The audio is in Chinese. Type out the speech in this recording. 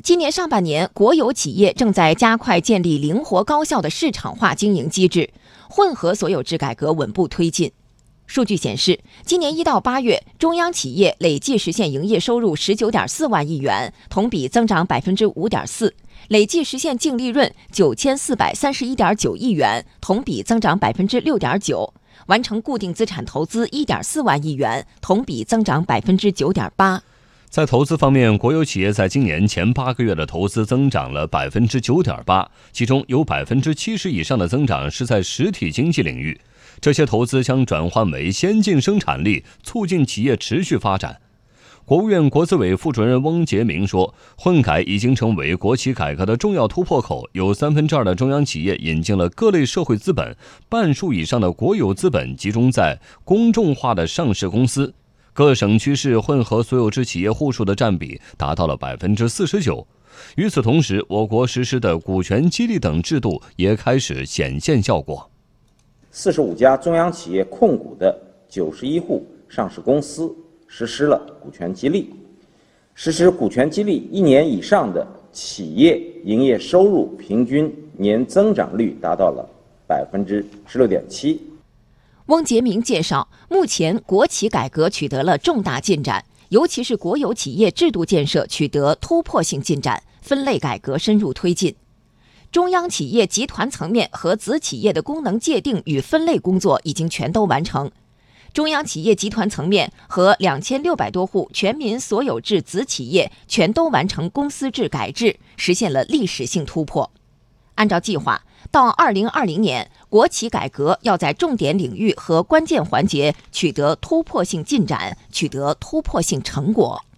今年上半年，国有企业正在加快建立灵活高效的市场化经营机制，混合所有制改革稳步推进。数据显示，今年1到8月，中央企业累计实现营业收入19.4万亿元，同比增长5.4%，累计实现净利润9431.9亿元，同比增长6.9%，完成固定资产投资1.4万亿元，同比增长9.8%。 在投资方面，国有企业在今年前8个月的投资增长了9.8%，其中有70%以上的增长是在实体经济领域。这些投资将转换为先进生产力，促进企业持续发展。国务院国资委副主任翁杰明说，混改已经成为国企改革的重要突破口，有2/3的中央企业引进了各类社会资本，半数以上的国有资本集中在公众化的上市公司。各省区市混合所有制企业户数的占比达到了49%。与此同时，我国实施的股权激励等制度也开始显现效果。 45家中央企业控股的91户上市公司实施了股权激励。实施股权激励1年以上的企业营业收入平均年增长率达到了16.7%。 翁杰明介绍，目前国企改革取得了重大进展，尤其是国有企业制度建设取得突破性进展，分类改革深入推进。中央企业集团层面和子企业的功能界定与分类工作已经全都完成。中央企业集团层面和2600多户全民所有制子企业全都完成公司制改制，实现了历史性突破。按照计划，到2020年，国企改革要在重点领域和关键环节取得突破性进展，取得突破性成果。